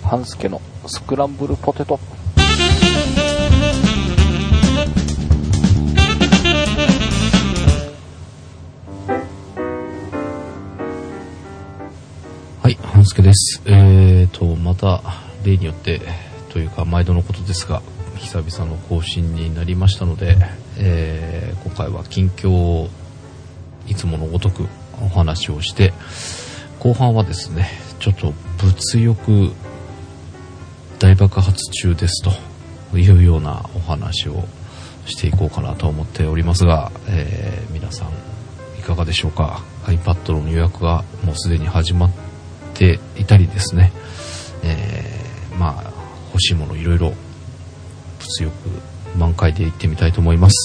半助のスクランブルポテト。 はい、半助です。また例によってというか毎度のことですが、久々の更新になりましたので、今回は近況をいつものごとくお話をして、後半はですね、ちょっと物欲大爆発中ですというようなお話をしていこうかなと思っておりますが、皆さんいかがでしょうか。 iPad の予約がもうすでに始まっていたりですね、欲しいものいろいろ物欲満開で行ってみたいと思います。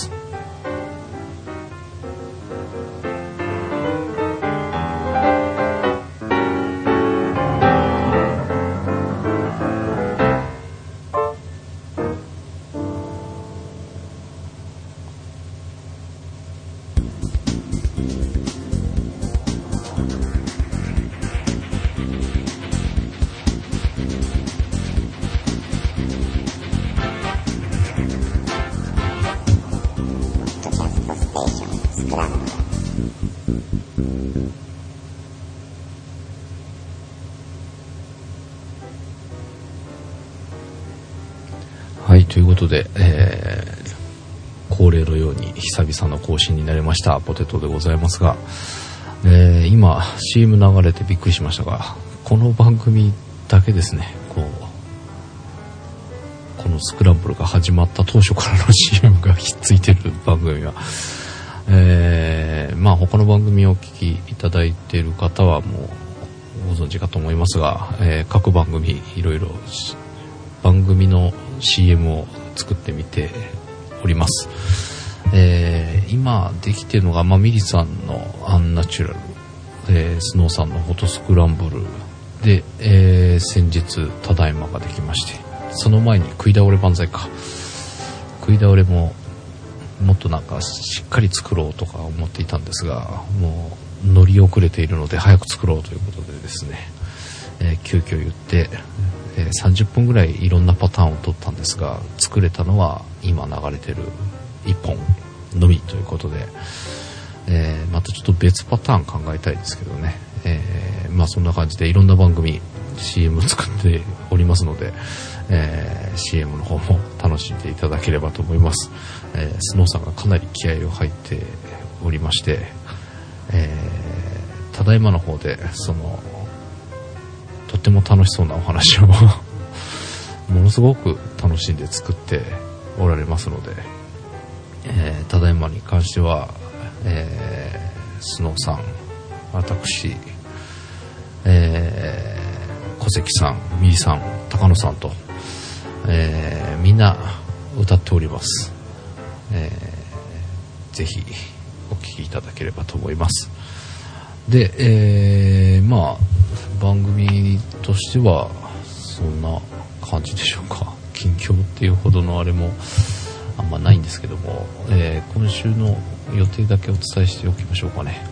はい、ということで、恒例のように久々の更新になりましたポテトでございますが、今 CM 流れてびっくりしましたが、この番組だけですね、このスクランブルが始まった当初からの CM がひっついてる番組は、他の番組をお聞きいただいている方はもうご存知かと思いますが、各番組いろいろ番組の CM を作ってみております。今できているのが、ミリさんのアンナチュラル、スノーさんのフォトスクランブルで、先日ただいまができまして、その前に食い倒れ万歳か、食い倒れももっとなんかしっかり作ろうとか思っていたんですが、もう乗り遅れているので早く作ろうということでですね、急遽言って、30分ぐらいいろんなパターンを取ったんですが、作れたのは今流れてる1本のみということで、またちょっと別パターン考えたいですけどね、そんな感じでいろんな番組 CM 作っておりますので、CM の方も楽しんでいただければと思います。スノーさんがかなり気合を入っておりまして、ただいまの方でとっても楽しそうなお話をものすごく楽しんで作っておられますので、ただいまに関しては、スノーさん、私、小関さん、ミリさん、高野さんと、みんな歌っております。ぜひお聴きいただければと思います。で、番組としてはそんな感じでしょうか。近況っていうほどのあれもあんまないんですけども、今週の予定だけお伝えしておきましょうかね。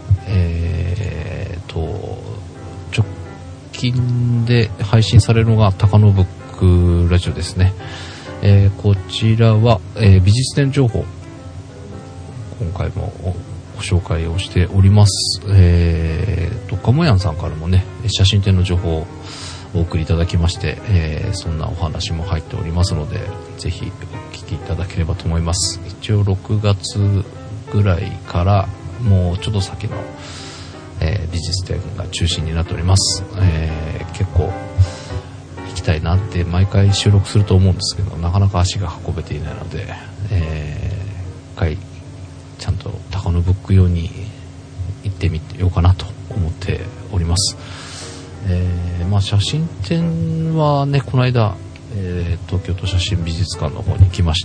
直近で配信されるのが高野ブックラジオですね。こちらは、美術展情報、今回もご紹介をしております。かもやんさんからもね、写真展の情報をお送りいただきまして、そんなお話も入っておりますので、ぜひお聞きいただければと思います。一応6月ぐらいからもうちょっと先の、美術展が中心になっております。結構行きたいなって毎回収録すると思うんですけど、なかなか足が運べていないので、一回ちゃんと高野ブック用に行ってみようかなと思っております。写真展はね、この間、東京都写真美術館の方に行きまして、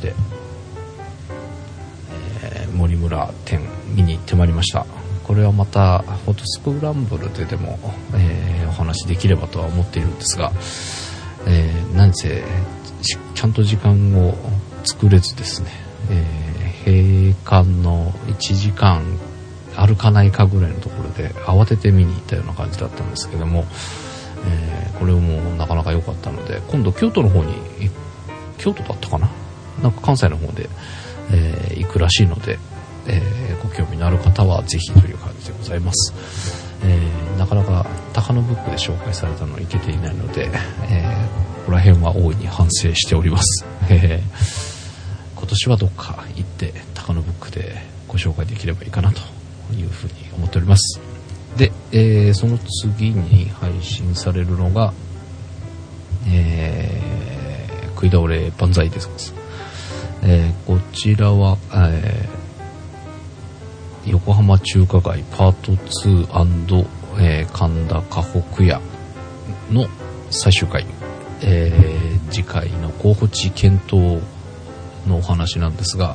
森村展見に行ってまいりました。これはまたフォトスクランブルででも、お話できればとは思っているんですが、何せちゃんと時間を作れずですね、閉館の1時間歩かないかぐらいのところで慌てて見に行ったような感じだったんですけども、 これもなかなか良かったので、今度京都の方に、京都だったかな、なんか関西の方で、行くらしいので、ご興味のある方はぜひという感じでございます。なかなか高野ブックで紹介されたのに行けていないので、ここら辺は大いに反省しております。今年はどっか行って高野ブックでご紹介できればいいかなというふうに思っております。で、その次に配信されるのが、食い倒れ万歳です。こちらは、横浜中華街パート2&、神田河北屋の最終回、次回の候補地検討のお話なんですが、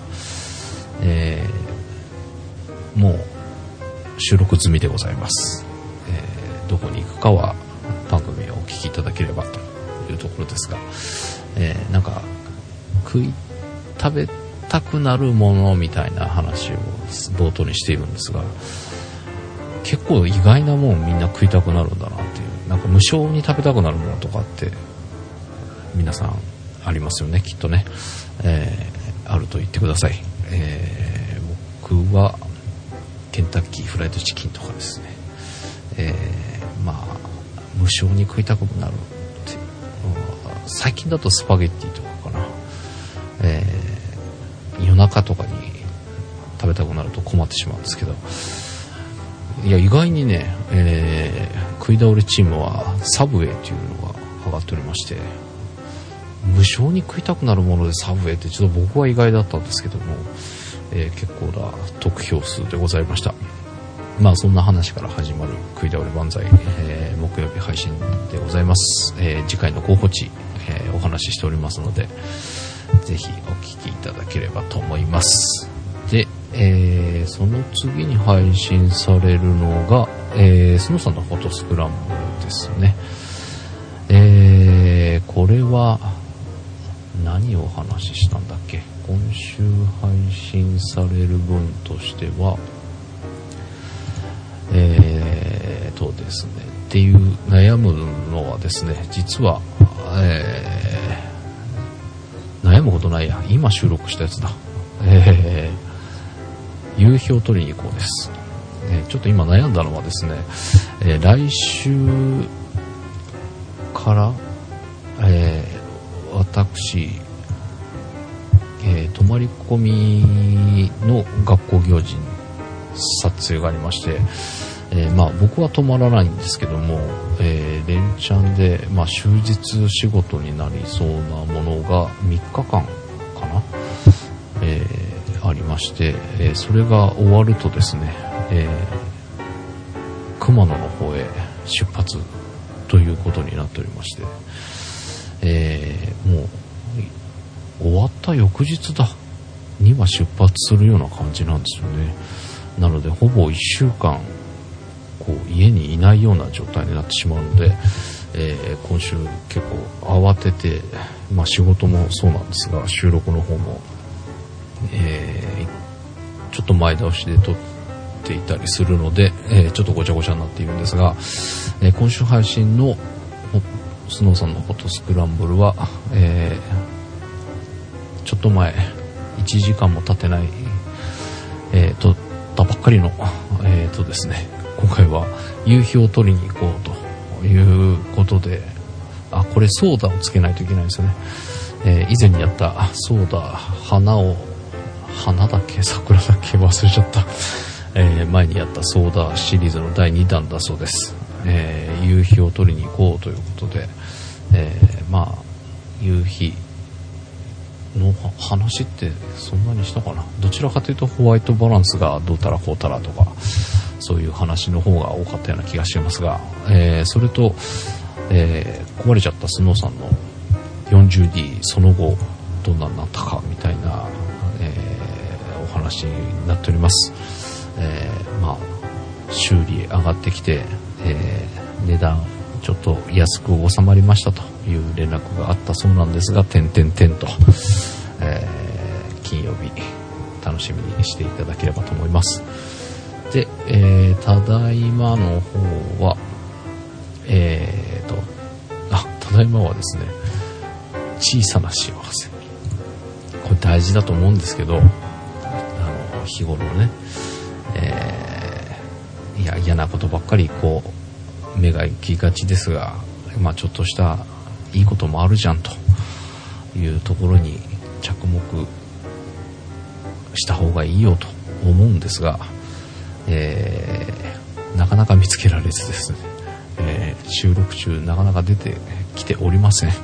もう収録済みでございます。どこに行くかは番組をお聞きいただければというところですが、なんか食べたくなるものみたいな話を冒頭にしているんですが、結構意外なもんみんな食いたくなるんだなっていう、なんか無性に食べたくなるものとかって皆さんありますよね、きっとね。あると言ってください。僕はケンタッキーフライドチキンとかですね、無性に食いたくなるっていう、最近だとスパゲッティとかかな、夜中とかに食べたくなると困ってしまうんですけど、いや意外にね、食い倒れチームはサブウェイというのが上がっておりまして、無性に食いたくなるものでサブウェイってちょっと僕は意外だったんですけども、結構な得票数でございました。そんな話から始まる食い倒れ万歳、木曜日配信でございます。次回の候補地、お話ししておりますので、ぜひお聞きいただければと思います。で、その次に配信されるのが、スノさんのフォトスクランブルですね。これは何をお話ししたんだっけ。今週配信される分としては、ですね、っていう悩むのはですね、実は、悩むことないや、今収録したやつだ。夕日を取りに行こうです。ちょっと今悩んだのはですね、来週から、私、泊まり込みの学校行事撮影がありまして、僕は泊まらないんですけども、連チャンで、終日仕事になりそうなものが3日間かな、ありまして、それが終わるとですね、熊野の方へ出発ということになっておりまして、もう終わった翌日だには出発するような感じなんですよね。なのでほぼ1週間家にいないような状態になってしまうので、今週結構慌てて、仕事もそうなんですが収録の方も、ちょっと前倒しで撮っていたりするので、ちょっとごちゃごちゃになっているんですが、今週配信のスノーさんのフォトスクランブルは、ちょっと前1時間も経ってない、撮ったばっかりのですね、今回は夕日を取りに行こうということで、これソーダをつけないといけないですよね。以前にやったソーダ、花だっけ桜だっけ忘れちゃった、前にやったソーダシリーズの第2弾だそうです。夕日を取りに行こうということで、夕日の話ってそんなにしたかな。どちらかというとホワイトバランスがどうたらこうたらとかそういう話の方が多かったような気がしますが、それと、壊れちゃったスノーさんの 40D その後どんなになったかみたいな、お話になっております。修理上がってきて、値段ちょっと安く収まりましたという連絡があったそうなんですが、点々と、金曜日楽しみにしていただければと思います。で、ただいまの方は、 だいまはですね、小さな幸せ。これ大事だと思うんですけど、日頃ね、嫌なことばっかりこう目が行きがちですが、ちょっとしたいいこともあるじゃんというところに着目した方がいいよと思うんですが、なかなか見つけられずですね、収録中なかなか出てきておりません。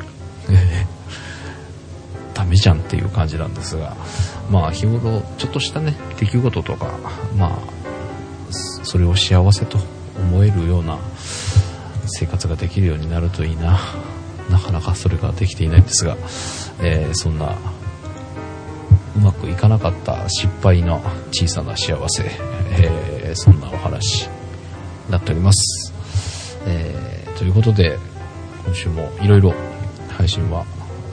ダメじゃんっていう感じなんですが、日頃ちょっとしたね出来事とか、それを幸せと思えるような生活ができるようになるといいな。なかなかそれができていないんですが、そんなうまくいかなかった失敗の小さな幸せ、そんなお話になっております。ということで今週もいろいろ配信は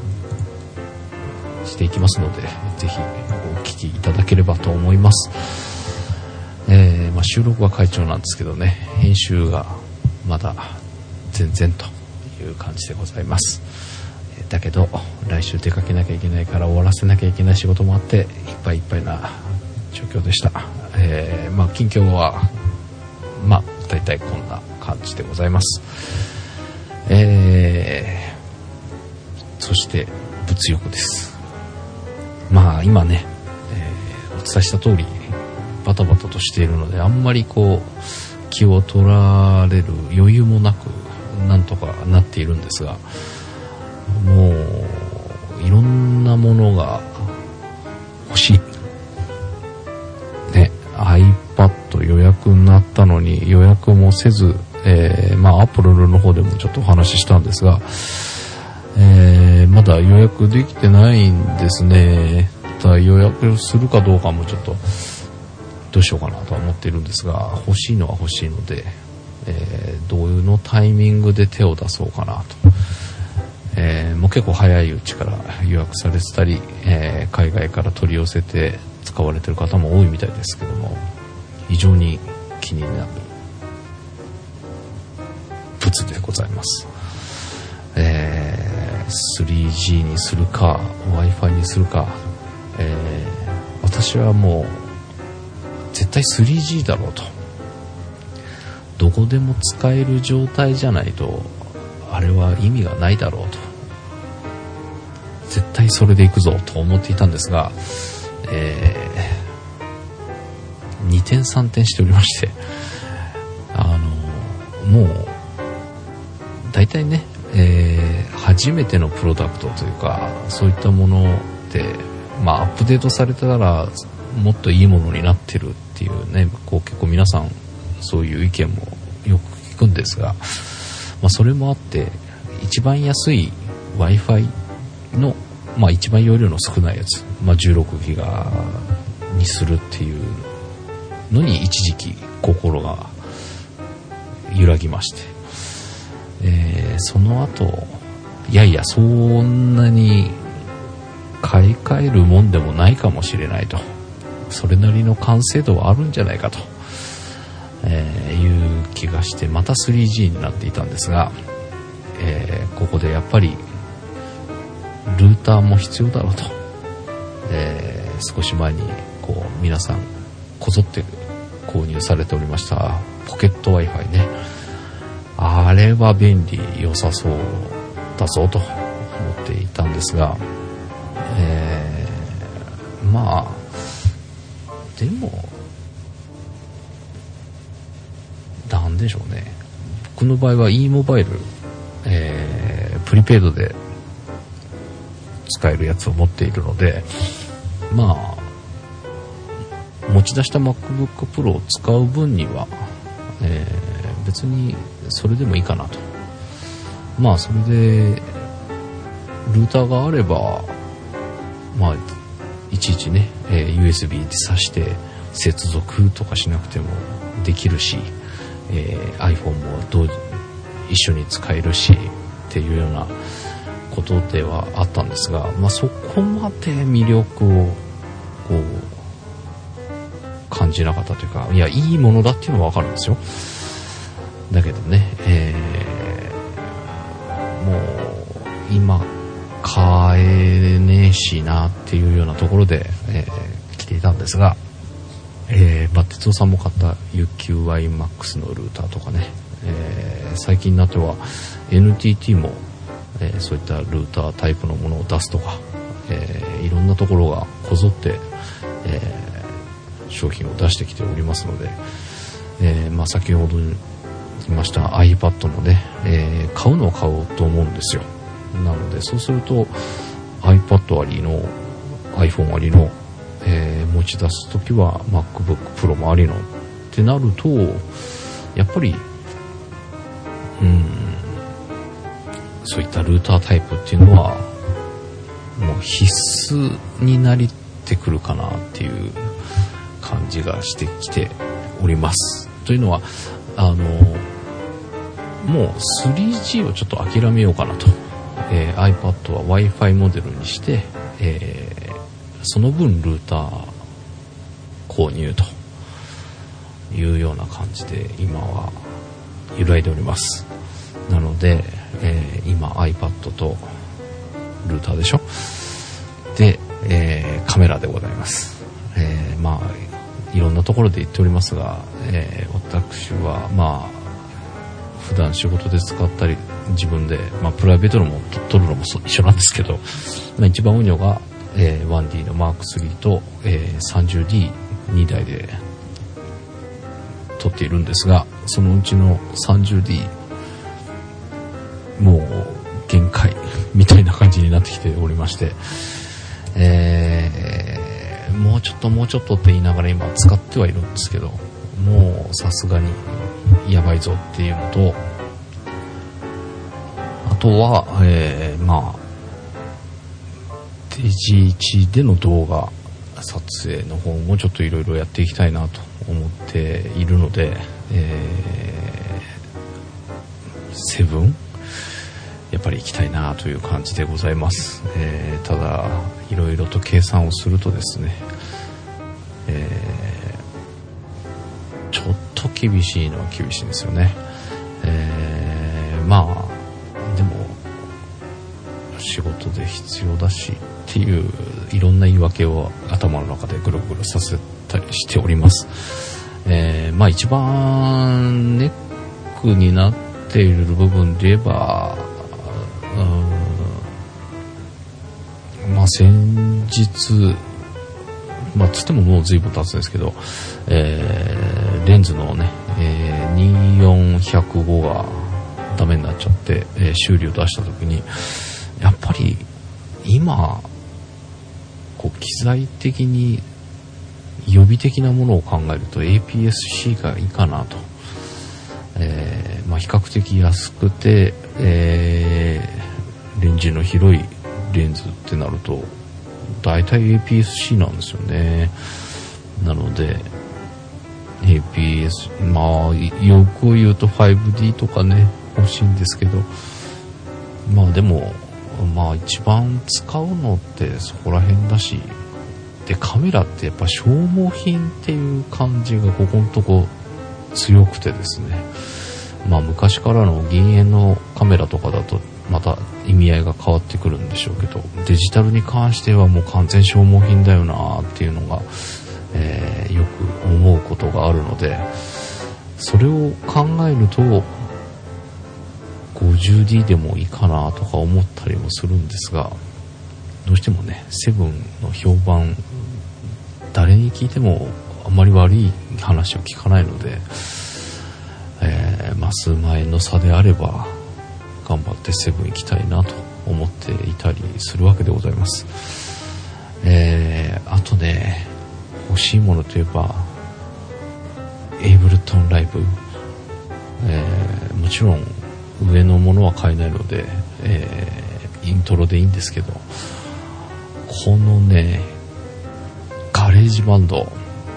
していきますので、ぜひお聞きいただければと思います。収録は会長なんですけどね、編集がまだ全然という感じでございます。だけど来週出かけなきゃいけないから終わらせなきゃいけない仕事もあっていっぱいいっぱいな状況でした。近況はだいたいこんな感じでございます。そして物欲です。今ね、お伝えした通りバタバタとしているので、あんまり気を取られる余裕もなくなんとかなっているんですが、もういろんなものが欲しいね。 iPad 予約になったのに予約もせず、アポロの方でもちょっとお話ししたんですが、まだ予約できてないんですね。予約するかどうかもちょっとどうしようかなとは思っているんですが、欲しいのは欲しいので、どういうのタイミングで手を出そうかなと。もう結構早いうちから予約されてたり、海外から取り寄せて使われてる方も多いみたいですけども、非常に気になる物でございます。3G にするか Wi-Fi にするか、私はもう絶対 3G だろうと。どこでも使える状態じゃないとあれは意味がないだろうと、絶対それでいくぞと思っていたんですが、2点3点しておりまして、もう大体ね、初めてのプロダクトというかそういったもので、アップデートされたらもっといいものになってるっていうね、結構皆さんそういう意見もよく聞くんですが、それもあって一番安い Wi-Fi の、一番容量の少ないやつ、16ギガにするっていうのに一時期心が揺らぎまして、その後いやそんなに買い替えるもんでもないかもしれないと、それなりの完成度はあるんじゃないかと、いう気がしてまた 3G になっていたんですが、ここでやっぱりルーターも必要だろうと、少し前に皆さんこぞって購入されておりましたポケット Wi-Fi ね、あれは便利良さそうだぞと思っていたんですが、でもなんでしょうね、僕の場合は e モバイル、プリペイドで使えるやつを持っているので、持ち出した MacBook Pro を使う分には、別にそれでもいいかなと。それでルーターがあればいちいちね、USB で挿して接続とかしなくてもできるし、iPhone も一緒に使えるしっていうようなことではあったんですが、そこまで魅力を感じなかったというか、いいものだっていうのは分かるんですよ。だけどね、もう今買えねえしなっていうようなところで、来ていたんですが、哲夫さんも買った UQYMAX のルーターとかね、最近になっては NTT も、そういったルータータイプのものを出すとか、いろんなところがこぞって、商品を出してきておりますので、先ほど言いました iPad もね、買うのを買おうと思うんですよ。なのでそうすると iPad ありの iPhone ありの、持ち出すときは MacBook Pro もありのってなると、やっぱりそういったルータータイプっていうのはもう必須になってくるかなっていう感じがしてきております。というのはもう 3G をちょっと諦めようかなと、iPad は Wi-Fi モデルにして、その分ルーター購入というような感じで今は揺らいでおります。なので、今 iPad とルーターでしょで、カメラでございます。いろんなところで言っておりますが、私は普段仕事で使ったり自分で、プライベートのも撮るのも一緒なんですけど、一番多いのが、1D の Mark3 と、30D2 台で撮っているんですが、そのうちの 30D もう限界みたいな感じになってきておりまして、もうちょっとって言いながら今使ってはいるんですけど、もうさすがにやばいぞっていうのと、あとは、デジ1での動画撮影の方もちょっといろいろやっていきたいなと思っているので、7やっぱり行きたいなという感じでございます。ただいろいろと計算をするとですね、ちょっと厳しいのは厳しいんですよね。でも仕事で必要だしっていういろんな言い訳を頭の中でぐるぐるさせたりしております。一番ネックになっている部分で言えば、先日つってももう随分経つんですけど、レンズのね、24-105がダメになっちゃって、修理を出した時にやっぱり今機材的に予備的なものを考えると APS-C がいいかなと、比較的安くて、レンジの広いレンズってなると大体 APS-C なんですよね。なので APS、よく言うと 5D とかね欲しいんですけど、でも一番使うのってそこら辺だし、でカメラってやっぱ消耗品っていう感じがここのとこ強くてですね、昔からの銀塩のカメラとかだとまた意味合いが変わってくるんでしょうけど、デジタルに関してはもう完全消耗品だよなっていうのが、よく思うことがあるので、それを考えると 50D でもいいかなとか思ったりもするんですが、どうしてもねセブンの評判誰に聞いてもあんまり悪い話を聞かないので、数万円の差であれば頑張ってセブン行きたいなと思っていたりするわけでございます。あとね欲しいものといえばエイブルトンライブ、もちろん上のものは買えないので、イントロでいいんですけど、このねガレージバンド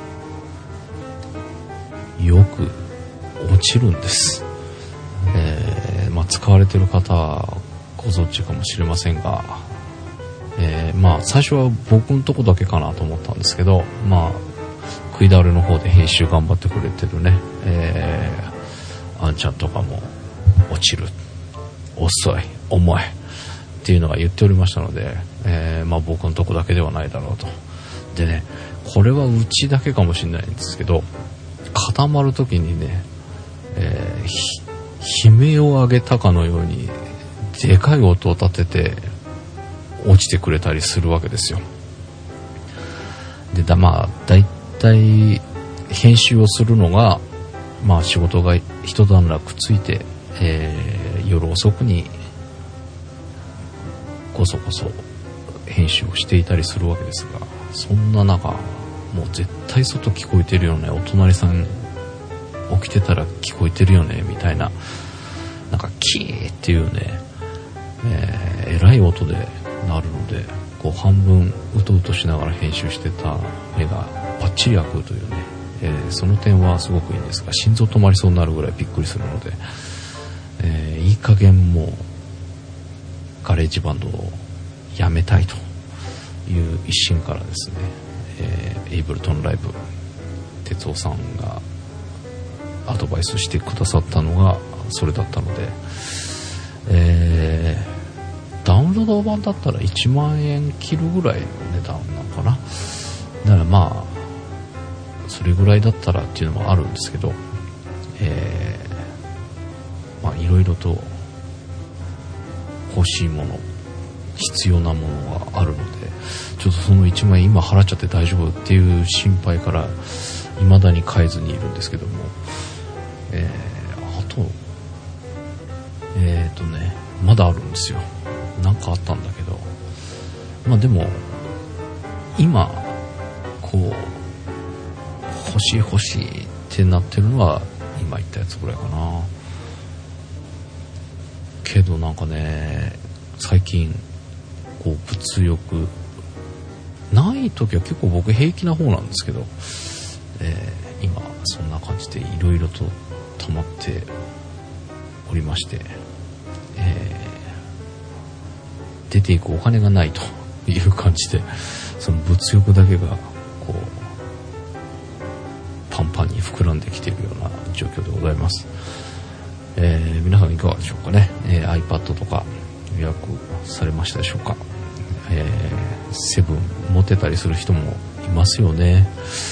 よく落ちるんです。使われてる方はご存知かもしれませんが、最初は僕のとこだけかなと思ったんですけど、食い倒れの方で編集頑張ってくれてるね、あんちゃんとかも落ちる、遅い、重いっっていうのが言っておりましたので、まあ僕のとこだけではないだろうと。でね、これはうちだけかもしれないんですけど、固まるときにね、悲鳴を上げたかのようにでかい音を立てて落ちてくれたりするわけですよ。でまあだいたい編集をするのが、まあ仕事が一段落ついて、夜遅くにこそこそ編集をしていたりするわけですが、そんな中もう絶対外聞こえてるよね、お隣さん起きてたら聞こえてるよねみたいな、なんかキーっていうね、えらい音で鳴るので、こう半分うとうとしながら編集してた目がパッチリ開くというね、その点はすごくいいんですが、心臓止まりそうになるぐらいびっくりするので、いい加減もうガレージバンドをやめたいという一心からですね、エイブルトンライブ哲夫さんがアドバイスしてくださったのがそれだったので、ダウンロード版だったら1万円切るぐらいの値段なのかな。だからまあそれぐらいだったらっていうのもあるんですけど、まあいろいろと欲しいもの、必要なものがあるので、ちょっとその1万円今払っちゃって大丈夫っていう心配から未だに買えずにいるんですけども、あとまだあるんですよ。なんかあったんだけど、まあでも今こう欲しいってなってるのは今言ったやつぐらいかな。けどなんかね、最近こう物欲ない時は結構僕平気な方なんですけど、今そんな感じでいろいろと溜まっておりまして、出ていくお金がないという感じで、その物欲だけがこうパンパンに膨らんできているような状況でございます。皆さんいかがでしょうかね。iPad とか予約されましたでしょうか。セブン持ってたりする人もいますよね。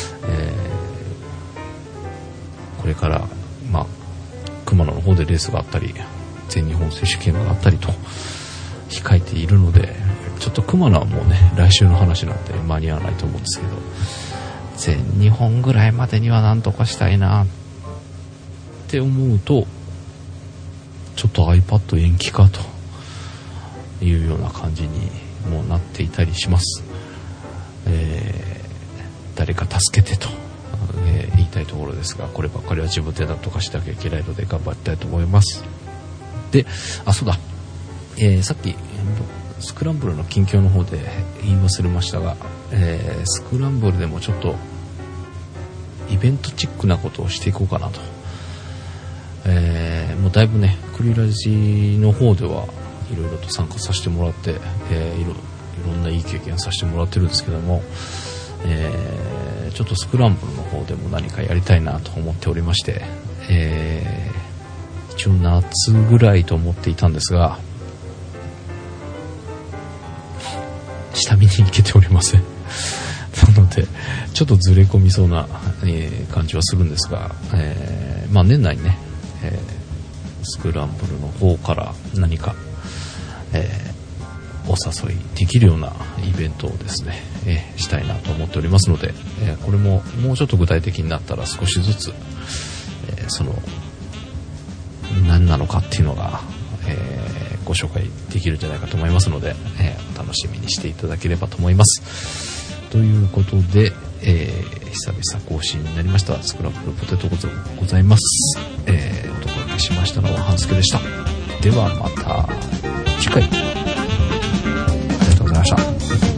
これからまあ熊野の方でレースがあったり、全日本選手権があったりと控えているので、ちょっと熊野はもうね来週の話なんで間に合わないと思うんですけど、全日本ぐらいまでには何とかしたいなって思うと、ちょっと iPad 延期かというような感じにもうなっていたりします。誰か助けてと、言いたいところですが、こればっかりは自分で何とかしなきゃいけないので頑張りたいと思います。で、そうだ、さっきスクランブルの近況の方で言い忘れましたが、スクランブルでもちょっとイベントチックなことをしていこうかなと。もうだいぶねクリラジの方ではいろいろと参加させてもらって、いろんないい経験させてもらってるんですけども、ちょっとスクランブルの方でも何かやりたいなと思っておりまして、一応夏ぐらいと思っていたんですが、下見に行けておりませんなのでちょっとずれ込みそうな、感じはするんですが、まあ年内ね、スクランブルの方から何か、お誘いできるようなイベントをですね、したいなと思っておりますので、これももうちょっと具体的になったら少しずつ、その何なのかっていうのが、ご紹介できるんじゃないかと思いますので、楽しみにしていただければと思います。ということで、久々更新になりましたスクランブルポテトございます。お届けしましたのは半助でした。ではまた次回。ありがとうございました。